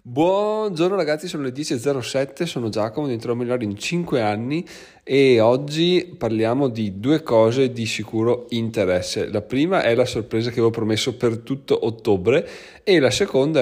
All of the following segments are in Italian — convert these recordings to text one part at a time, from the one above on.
Buongiorno ragazzi, sono le 10.07, sono Giacomo, diventerò milionario in 5 anni e oggi parliamo di due cose di sicuro interesse. La prima è la sorpresa che avevo promesso per tutto ottobre e la seconda è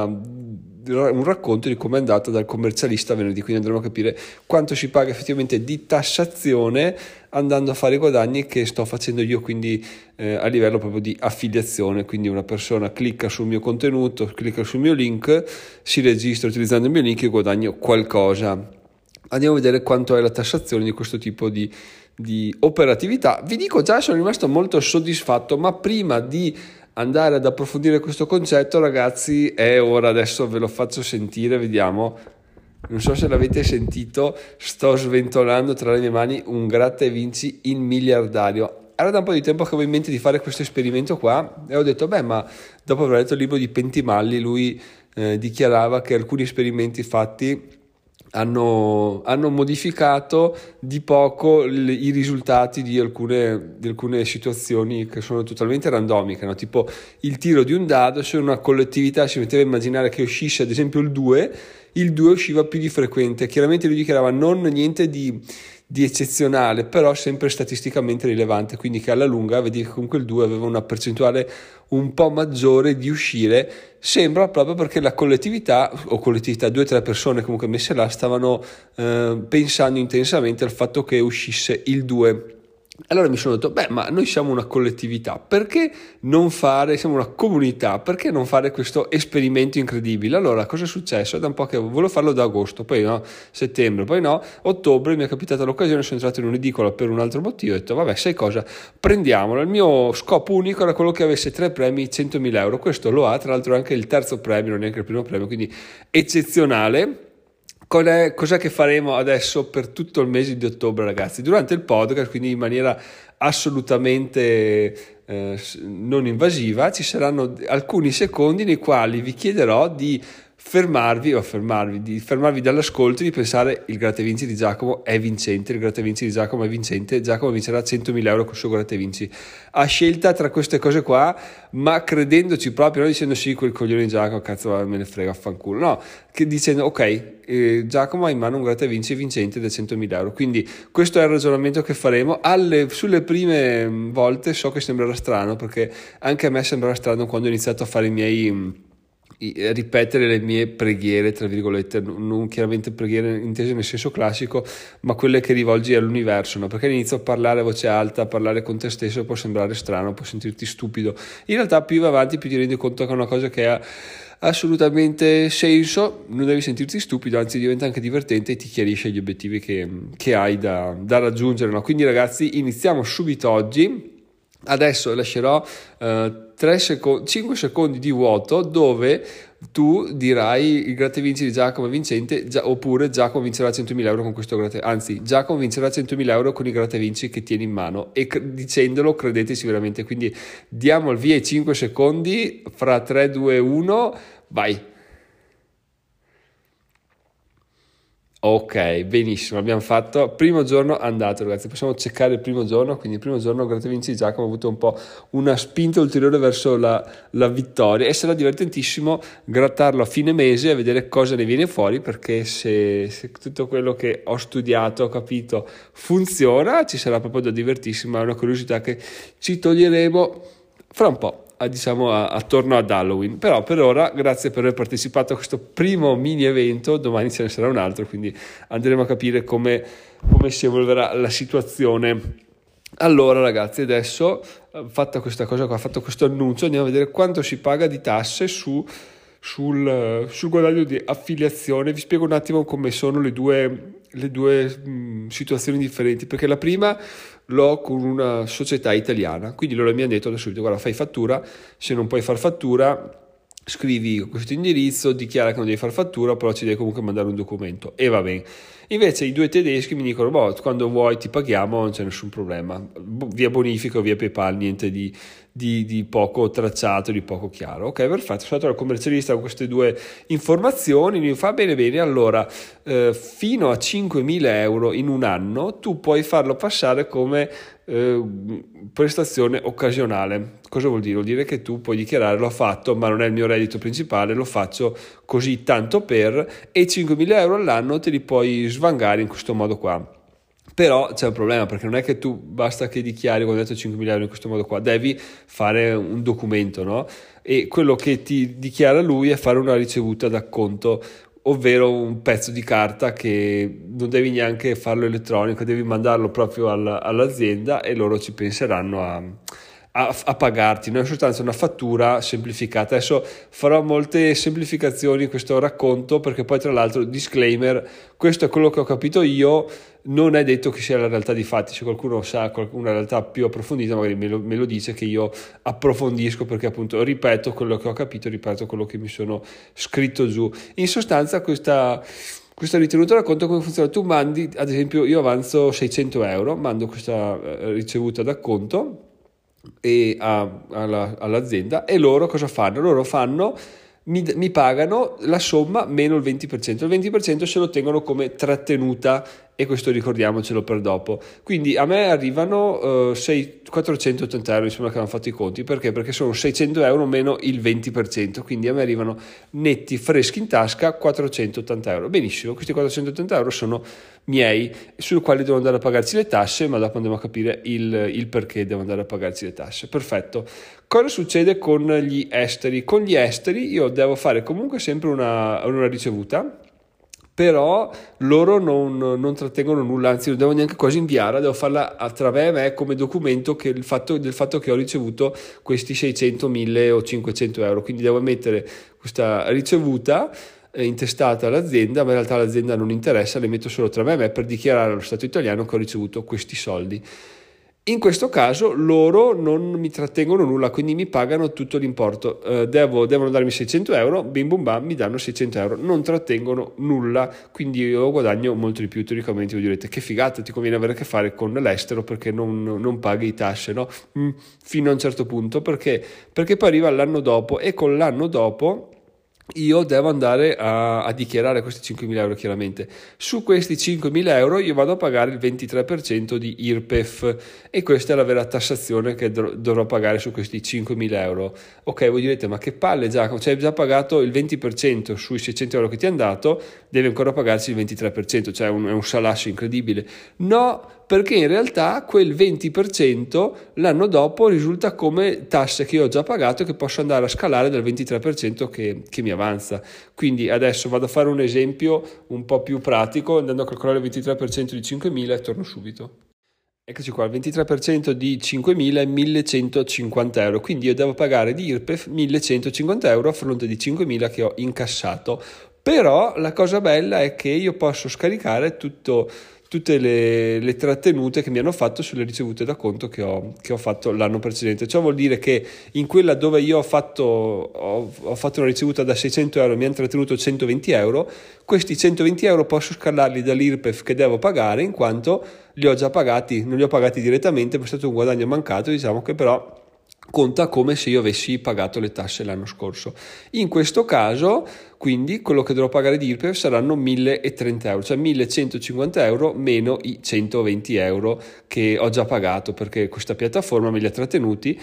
un racconto di come è andata dal commercialista venerdì, quindi andremo a capire quanto si paga effettivamente di tassazione andando a fare i guadagni che sto facendo io, quindi a livello proprio di affiliazione. Quindi una persona clicca sul mio contenuto, clicca sul mio link, si registra utilizzando il mio link e guadagno qualcosa. Andiamo a vedere quanto è la tassazione di questo tipo di operatività. Vi dico già, sono rimasto molto soddisfatto, ma prima di andare ad approfondire questo concetto, ragazzi, è ora, adesso ve lo faccio sentire, vediamo. Non so se l'avete sentito, sto sventolando tra le mie mani un gratta e vinci in miliardario. Era da un po' di tempo che avevo in mente di fare questo esperimento qua e ho detto, ma dopo aver letto il libro di Pentimalli, lui dichiarava che alcuni esperimenti fatti hanno modificato di poco i risultati di alcune situazioni che sono totalmente randomiche, no? Tipo il tiro di un dado, se una collettività si metteva a immaginare che uscisse ad esempio il 2 usciva più di frequente. Chiaramente lui dichiarava non niente di eccezionale, però sempre statisticamente rilevante, quindi che alla lunga vedi che comunque il 2 aveva una percentuale un po' maggiore di uscire. Sembra proprio perché la collettività 2 o 3 persone comunque messe là stavano pensando intensamente al fatto che uscisse il 2. Allora mi sono detto, ma noi siamo una collettività, perché non fare, siamo una comunità, perché non fare questo esperimento incredibile? Allora cosa è successo? È da un po' che volevo farlo da agosto, poi no, settembre, poi no, ottobre mi è capitata l'occasione, sono entrato in un'edicola per un altro motivo, ho detto sai cosa, prendiamolo. Il mio scopo unico era quello che avesse 3 premi 100.000 euro, questo lo ha, tra l'altro anche il terzo premio, non neanche il primo premio, quindi eccezionale. Cos'è che faremo adesso per tutto il mese di ottobre, ragazzi? Durante il podcast, quindi in maniera assolutamente non invasiva, ci saranno alcuni secondi nei quali vi chiederò di fermarvi dall'ascolto e di pensare: il gratta e vinci di Giacomo è vincente, il gratta e vinci di Giacomo è vincente, Giacomo vincerà 100.000 euro con il suo gratta e vinci. A scelta tra queste cose qua, ma credendoci proprio, non dicendo sì, quel coglione di Giacomo, cazzo me ne frega, affanculo, no, che dicendo ok, Giacomo ha in mano un gratta e vinci vincente da 100.000 euro. Quindi questo è il ragionamento che faremo. Sulle prime volte so che sembrerà strano, perché anche a me sembrerà strano quando ho iniziato a fare ripetere le mie preghiere, tra virgolette, non chiaramente preghiere intese nel senso classico, ma quelle che rivolgi all'universo, no? Perché inizio a parlare a voce alta, a parlare con te stesso, può sembrare strano, può sentirti stupido. In realtà più vai avanti più ti rendi conto che è una cosa che ha assolutamente senso, non devi sentirti stupido, anzi diventa anche divertente e ti chiarisce gli obiettivi che hai da raggiungere, no? Quindi ragazzi, iniziamo subito oggi. Adesso lascerò 5 secondi di vuoto dove tu dirai il gratta e vinci di Giacomo è vincente, oppure Giacomo vincerà 100.000 euro con questo anzi Giacomo vincerà 100.000 euro con i gratta e vinci che tieni in mano, e dicendolo credeteci veramente. Quindi diamo il via ai 5 secondi, fra 3, 2, 1, vai. Ok, benissimo, abbiamo fatto primo giorno andato, ragazzi. Possiamo checkare il primo giorno. Quindi il primo giorno gratta e vinci di Giacomo ha avuto un po' una spinta ulteriore verso la vittoria, e sarà divertentissimo grattarlo a fine mese e vedere cosa ne viene fuori, perché se tutto quello che ho studiato, ho capito, funziona, ci sarà proprio da divertissimo. È una curiosità che ci toglieremo fra un po', attorno ad Halloween. Però per ora grazie per aver partecipato a questo primo mini evento, domani ce ne sarà un altro, quindi andremo a capire come si evolverà la situazione. Allora ragazzi, adesso fatta questa cosa qua, fatto questo annuncio, andiamo a vedere quanto si paga di tasse sul guadagno di affiliazione. Vi spiego un attimo come sono le due situazioni differenti, perché la prima l'ho con una società italiana, quindi loro mi hanno detto da subito: guarda, fai fattura, se non puoi far fattura scrivi questo indirizzo, dichiara che non devi far fattura, però ci devi comunque mandare un documento, e va bene. Invece i 2 tedeschi mi dicono: quando vuoi ti paghiamo, non c'è nessun problema, via bonifica o via PayPal, niente di di poco tracciato, di poco chiaro. Ok, perfetto, sono andato al commercialista con queste due informazioni, mi fa bene, allora fino a 5.000 euro in un anno tu puoi farlo passare come prestazione occasionale. Cosa vuol dire? Vuol dire che tu puoi dichiarare l'ho fatto ma non è il mio reddito principale, lo faccio così tanto per, e 5.000 euro all'anno te li puoi svangare in questo modo qua. Però c'è un problema, perché non è che tu basta che dichiari, quando ho detto 5.000 euro in questo modo qua, devi fare un documento, no? E quello che ti dichiara lui è fare una ricevuta d'acconto, ovvero un pezzo di carta che non devi neanche farlo elettronico, devi mandarlo proprio all'azienda e loro ci penseranno a pagarti. No? In sostanza una fattura semplificata. Adesso farò molte semplificazioni in questo racconto, perché poi tra l'altro, disclaimer, questo è quello che ho capito io, non è detto che sia la realtà di fatti. Se qualcuno sa una realtà più approfondita magari me lo dice, che io approfondisco, perché appunto ripeto quello che ho capito, ripeto quello che mi sono scritto giù. In sostanza questa ritenuta racconta come funziona. Tu mandi, ad esempio io avanzo 600 euro, mando questa ricevuta d'acconto e all'azienda, e loro cosa fanno? Loro mi pagano la somma meno il 20%. Il 20% se lo tengono come trattenuta, e questo ricordiamocelo per dopo. Quindi a me arrivano 480 euro, mi sembra che hanno fatto i conti. Perché sono 600 euro meno il 20%, quindi a me arrivano netti, freschi in tasca, 480 euro. Benissimo, questi 480 euro sono miei, sul quali devo andare a pagarci le tasse, ma dopo andiamo a capire il perché devo andare a pagarci le tasse. Perfetto. Cosa succede con gli esteri? Con gli esteri io devo fare comunque sempre una ricevuta, però loro non trattengono nulla, anzi non devo neanche quasi inviarla, devo farla attraverso me come documento del fatto che ho ricevuto questi 600, 1000 o 500 euro. Quindi devo mettere questa ricevuta intestata all'azienda, ma in realtà l'azienda non interessa, le metto solo tra me e me per dichiarare allo Stato italiano che ho ricevuto questi soldi. In questo caso loro non mi trattengono nulla, quindi mi pagano tutto l'importo. Devono darmi 600 euro, bim bum bam, mi danno 600 euro, non trattengono nulla, quindi io guadagno molto di più. Teoricamente voi direte che figata, ti conviene avere a che fare con l'estero perché non paghi tasse, no? Fino a un certo punto, perché poi arriva l'anno dopo, e con l'anno dopo io devo andare a dichiarare questi 5.000 euro. Chiaramente su questi 5.000 euro io vado a pagare il 23% di IRPEF, e questa è la vera tassazione che dovrò pagare su questi 5.000 euro. Ok, voi direte ma che palle Giacomo, cioè hai già pagato il 20% sui 600 euro che ti hanno dato, devi ancora pagarci il 23%, cioè è un salasso incredibile. No, perché in realtà quel 20% l'anno dopo risulta come tasse che io ho già pagato e che posso andare a scalare dal 23% che mi avanza. Quindi adesso vado a fare un esempio un po' più pratico, andando a calcolare il 23% di 5.000 e torno subito. Eccoci qua, il 23% di 5.000 è 1.150 euro, quindi io devo pagare di IRPEF 1.150 euro a fronte di 5.000 che ho incassato. Però la cosa bella è che io posso scaricare tutte le trattenute che mi hanno fatto sulle ricevute d'acconto che ho fatto l'anno precedente. Ciò vuol dire che in quella dove io ho fatto una ricevuta da 600 euro e mi hanno trattenuto 120 euro, questi 120 euro posso scalarli dall'IRPEF che devo pagare, in quanto li ho già pagati, non li ho pagati direttamente, ma è stato un guadagno mancato, diciamo, che però conta come se io avessi pagato le tasse l'anno scorso. In questo caso, quindi, quello che dovrò pagare di IRPEF saranno 1.030 euro, cioè 1.150 euro meno i 120 euro che ho già pagato, perché questa piattaforma me li ha trattenuti,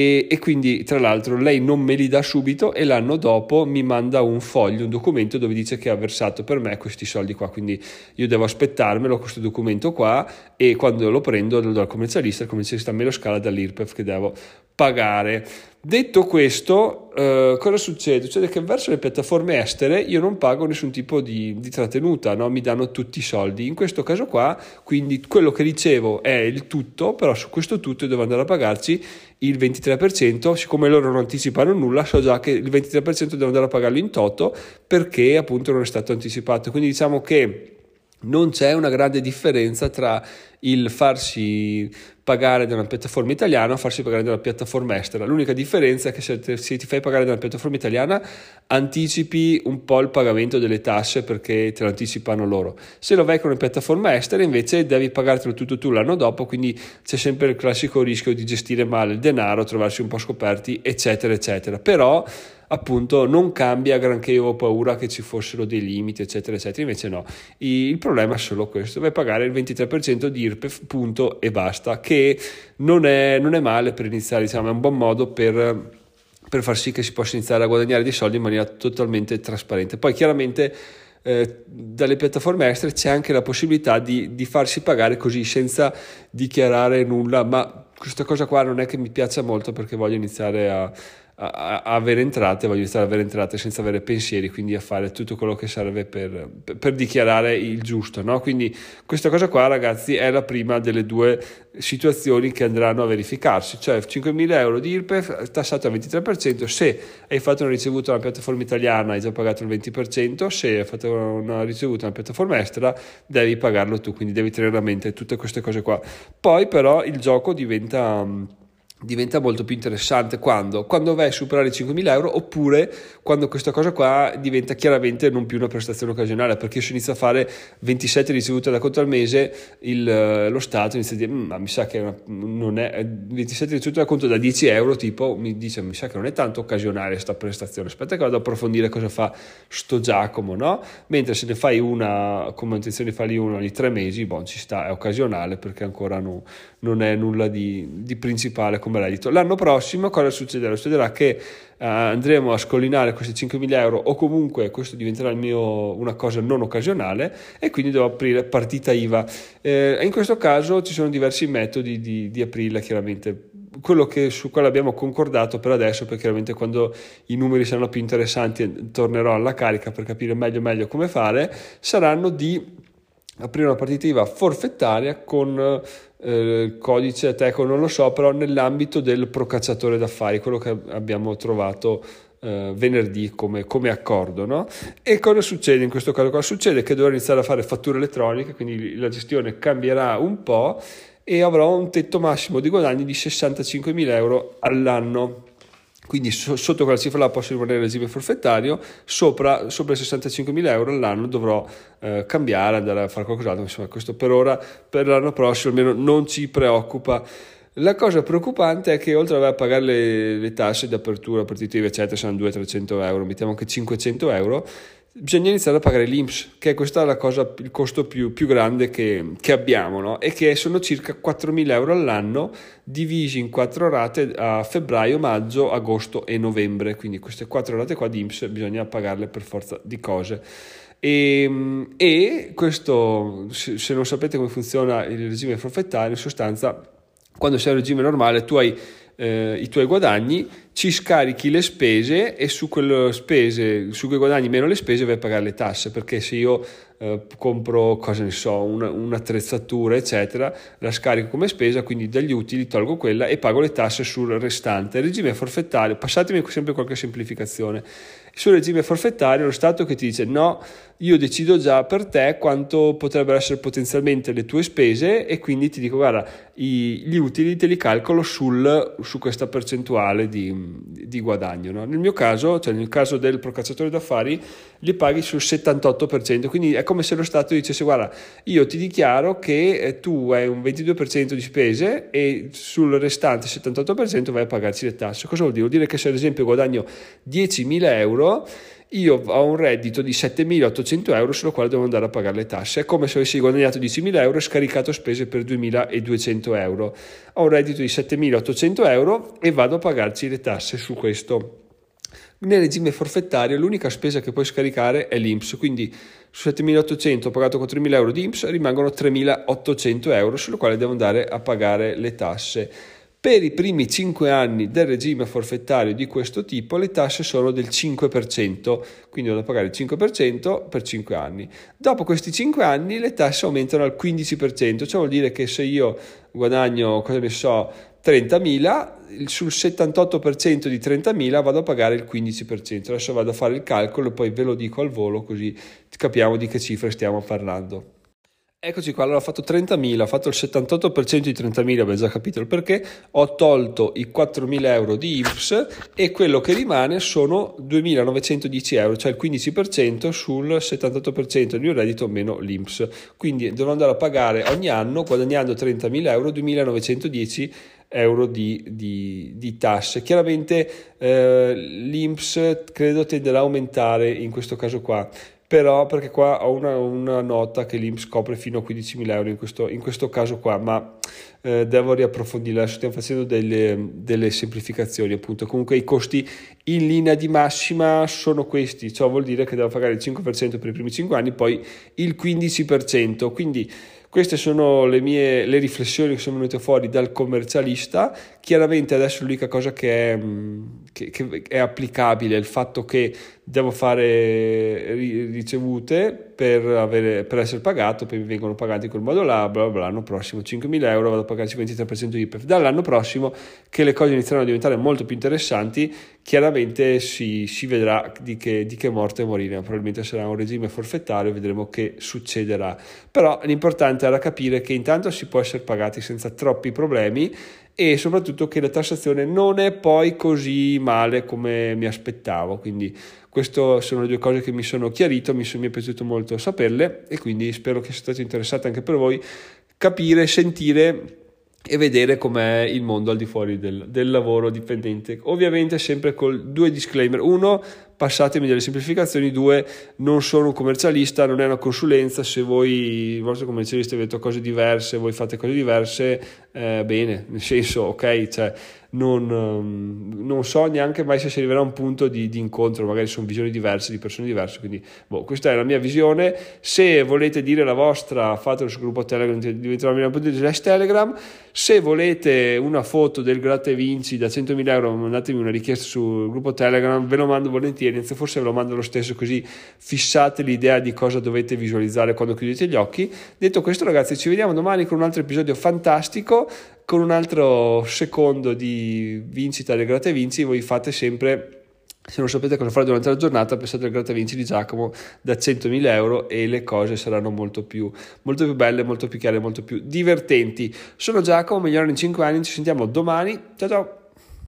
e quindi tra l'altro lei non me li dà subito, e l'anno dopo mi manda un foglio, un documento dove dice che ha versato per me questi soldi qua. Quindi io devo aspettarmelo questo documento qua, e quando lo prendo lo do al commercialista, il commercialista me lo scala dall'IRPEF che devo pagare. Detto questo, cosa succede? Succede che verso le piattaforme estere io non pago nessun tipo di trattenuta, no? Mi danno tutti i soldi. In questo caso qua, quindi quello che ricevo è il tutto, però su questo tutto devo andare a pagarci il 23%, siccome loro non anticipano nulla, so già che il 23% devo andare a pagarlo in toto, perché appunto non è stato anticipato. Quindi diciamo che non c'è una grande differenza tra il farsi pagare da una piattaforma italiana o farsi pagare da una piattaforma estera. L'unica differenza è che se ti fai pagare da una piattaforma italiana anticipi un po' il pagamento delle tasse perché te lo anticipano loro. Se lo vai con una piattaforma estera invece devi pagartelo tutto tu l'anno dopo, quindi c'è sempre il classico rischio di gestire male il denaro, trovarsi un po' scoperti, eccetera eccetera. Però appunto non cambia granché. Io avevo paura che ci fossero dei limiti eccetera eccetera, invece no, il problema è solo questo: vai a pagare il 23% di IRPEF, punto e basta, che non è male per iniziare, diciamo, è un buon modo per far sì che si possa iniziare a guadagnare dei soldi in maniera totalmente trasparente. Poi chiaramente dalle piattaforme estere c'è anche la possibilità di farsi pagare così senza dichiarare nulla, ma questa cosa qua non è che mi piaccia molto perché voglio iniziare a avere entrate, voglio iniziare ad avere entrate senza avere pensieri, quindi a fare tutto quello che serve per dichiarare il giusto, no? Quindi questa cosa qua, ragazzi, è la prima delle due situazioni che andranno a verificarsi, cioè 5.000 euro di IRPEF tassato al 23%, se hai fatto una ricevuta da una piattaforma italiana hai già pagato il 20%, se hai fatto una ricevuta da una piattaforma estera devi pagarlo tu, quindi devi tenere a mente tutte queste cose qua. Poi però il gioco diventa molto più interessante quando vai a superare i 5.000 euro, oppure quando questa cosa qua diventa chiaramente non più una prestazione occasionale, perché se inizia a fare 27 ricevute da conto al mese lo Stato inizia a dire ma mi sa che non è 27 ricevute da conto da 10 euro, tipo mi sa che non è tanto occasionale sta prestazione, aspetta che vado ad approfondire cosa fa sto Giacomo, no? Mentre se ne fai una come intenzione di farli una ogni 3 mesi, ci sta, è occasionale perché ancora non è nulla di principale come reddito. L'anno prossimo cosa succederà? Succederà che andremo a scollinare questi 5.000 euro, o comunque questo diventerà una cosa non occasionale, e quindi devo aprire partita IVA. In questo caso ci sono diversi metodi di aprirla, chiaramente. Quello su quale abbiamo concordato per adesso, perché chiaramente quando i numeri saranno più interessanti tornerò alla carica per capire meglio come fare, saranno di aprire una partita IVA forfettaria con codice Ateco, non lo so, però nell'ambito del procacciatore d'affari, quello che abbiamo trovato venerdì come accordo, no? E cosa succede in questo caso? Cosa succede? Che dovrò iniziare a fare fatture elettroniche, quindi la gestione cambierà un po' e avrò un tetto massimo di guadagni di 65.000 euro all'anno. Quindi sotto quella cifra là posso rimanere in regime forfettario, sopra i 65.000 euro all'anno dovrò cambiare, andare a fare qualcos'altro. Insomma, questo per ora, per l'anno prossimo almeno non ci preoccupa. La cosa preoccupante è che oltre a pagare le tasse di apertura, partita IVA eccetera, saranno 200-300 euro, mettiamo anche 500 euro, bisogna iniziare a pagare l'INPS, che è questa la cosa, il costo più grande che abbiamo, no? E che sono circa 4.000 euro all'anno divisi in 4 rate a febbraio, maggio, agosto e novembre. Quindi queste 4 rate qua di INPS bisogna pagarle per forza di cose. E questo, se non sapete come funziona il regime forfettario, in sostanza quando sei in regime normale tu hai i tuoi guadagni, ci scarichi le spese e su quelle spese, su quei guadagni meno le spese vai a pagare le tasse, perché se io compro, cosa ne so, un'attrezzatura eccetera, la scarico come spesa, quindi dagli utili tolgo quella e pago le tasse sul restante. Il regime forfettario, passatemi sempre qualche semplificazione, sul regime forfettario lo Stato che ti dice no, io decido già per te quanto potrebbero essere potenzialmente le tue spese e quindi ti dico guarda, gli utili te li calcolo su questa percentuale di guadagno, no? Nel mio caso, cioè nel caso del procacciatore d'affari, li paghi sul 78%, quindi è come se lo Stato dicesse guarda, io ti dichiaro che tu hai un 22% di spese e sul restante 78% vai a pagarci le tasse. Cosa vuol dire? Vuol dire che se ad esempio guadagno 10.000 euro, io ho un reddito di 7.800 euro sulla quale devo andare a pagare le tasse. È come se avessi guadagnato 10.000 euro e scaricato spese per 2.200 euro. Ho un reddito di 7.800 euro e vado a pagarci le tasse su questo. Nel regime forfettario l'unica spesa che puoi scaricare è l'INPS, quindi su 7.800 ho pagato 4.000 euro di INPS, rimangono 3.800 euro sulla quale devo andare a pagare le tasse. Per i primi 5 anni del regime forfettario di questo tipo le tasse sono del 5%, quindi devo pagare il 5% per 5 anni. Dopo questi 5 anni le tasse aumentano al 15%, cioè vuol dire che se io guadagno, cosa ne so, 30.000, sul 78% di 30.000 vado a pagare il 15%. Adesso vado a fare il calcolo e poi ve lo dico al volo così capiamo di che cifre stiamo parlando. Eccoci qua, allora ho fatto 30.000, ho fatto il 78% di 30.000, abbiamo già capito il perché, ho tolto i 4.000 euro di INPS e quello che rimane sono 2.910 euro, cioè il 15% sul 78% del mio reddito meno l'INPS. Quindi devo andare a pagare ogni anno, guadagnando 30.000 euro, 2.910 euro di tasse. Chiaramente l'INPS credo tenderà a aumentare in questo caso qua, però perché qua ho una nota che l'INPS copre fino a 15.000 euro in questo caso qua, ma devo riapprofondire. Adesso stiamo facendo delle semplificazioni, appunto. Comunque i costi in linea di massima sono questi, ciò vuol dire che devo pagare il 5% per i primi 5 anni, poi il 15%. Quindi queste sono le riflessioni che sono venute fuori dal commercialista. Chiaramente adesso l'unica cosa che è applicabile è il fatto che devo fare ricevute per essere pagato, poi mi vengono pagati in quel modo là, bla bla bla. L'anno prossimo 5.000 euro, vado a pagarci il 23% di IRPEF. Dall'anno prossimo, che le cose inizieranno a diventare molto più interessanti, chiaramente si vedrà di che morte morire. Probabilmente sarà un regime forfettario, vedremo che succederà. Però l'importante era capire che intanto si può essere pagati senza troppi problemi e soprattutto che la tassazione non è poi così male come mi aspettavo. Quindi queste sono le due cose che mi sono chiarito, mi è piaciuto molto saperle e quindi spero che sia stato interessante anche per voi capire, sentire e vedere com'è il mondo al di fuori del lavoro dipendente. Ovviamente sempre con due disclaimer: uno, passatemi delle semplificazioni; due, non sono un commercialista, non è una consulenza. Se voi, il vostro commercialista, avete detto cose diverse, voi fate cose diverse, bene, nel senso, ok, cioè non so neanche mai se si arriverà a un punto di incontro, magari sono visioni diverse di persone diverse, quindi questa è la mia visione. Se volete dire la vostra, fatelo sul gruppo Telegram, Telegram. Se volete una foto del gratta e vinci da 100.000 euro, mandatemi una richiesta sul gruppo Telegram, ve lo mando volentieri, anzi forse ve lo mando lo stesso, così fissate l'idea di cosa dovete visualizzare quando chiudete gli occhi. Detto questo, ragazzi, ci vediamo domani con un altro episodio fantastico, con un altro secondo di vincita del gratta e vinci. Voi fate sempre, se non sapete cosa fare durante la giornata, pensate al gratta e vinci di Giacomo da 100.000 euro e le cose saranno molto più belle, molto più chiare, molto più divertenti. Sono Giacomo, migliorare in 5 anni, ci sentiamo domani, ciao ciao!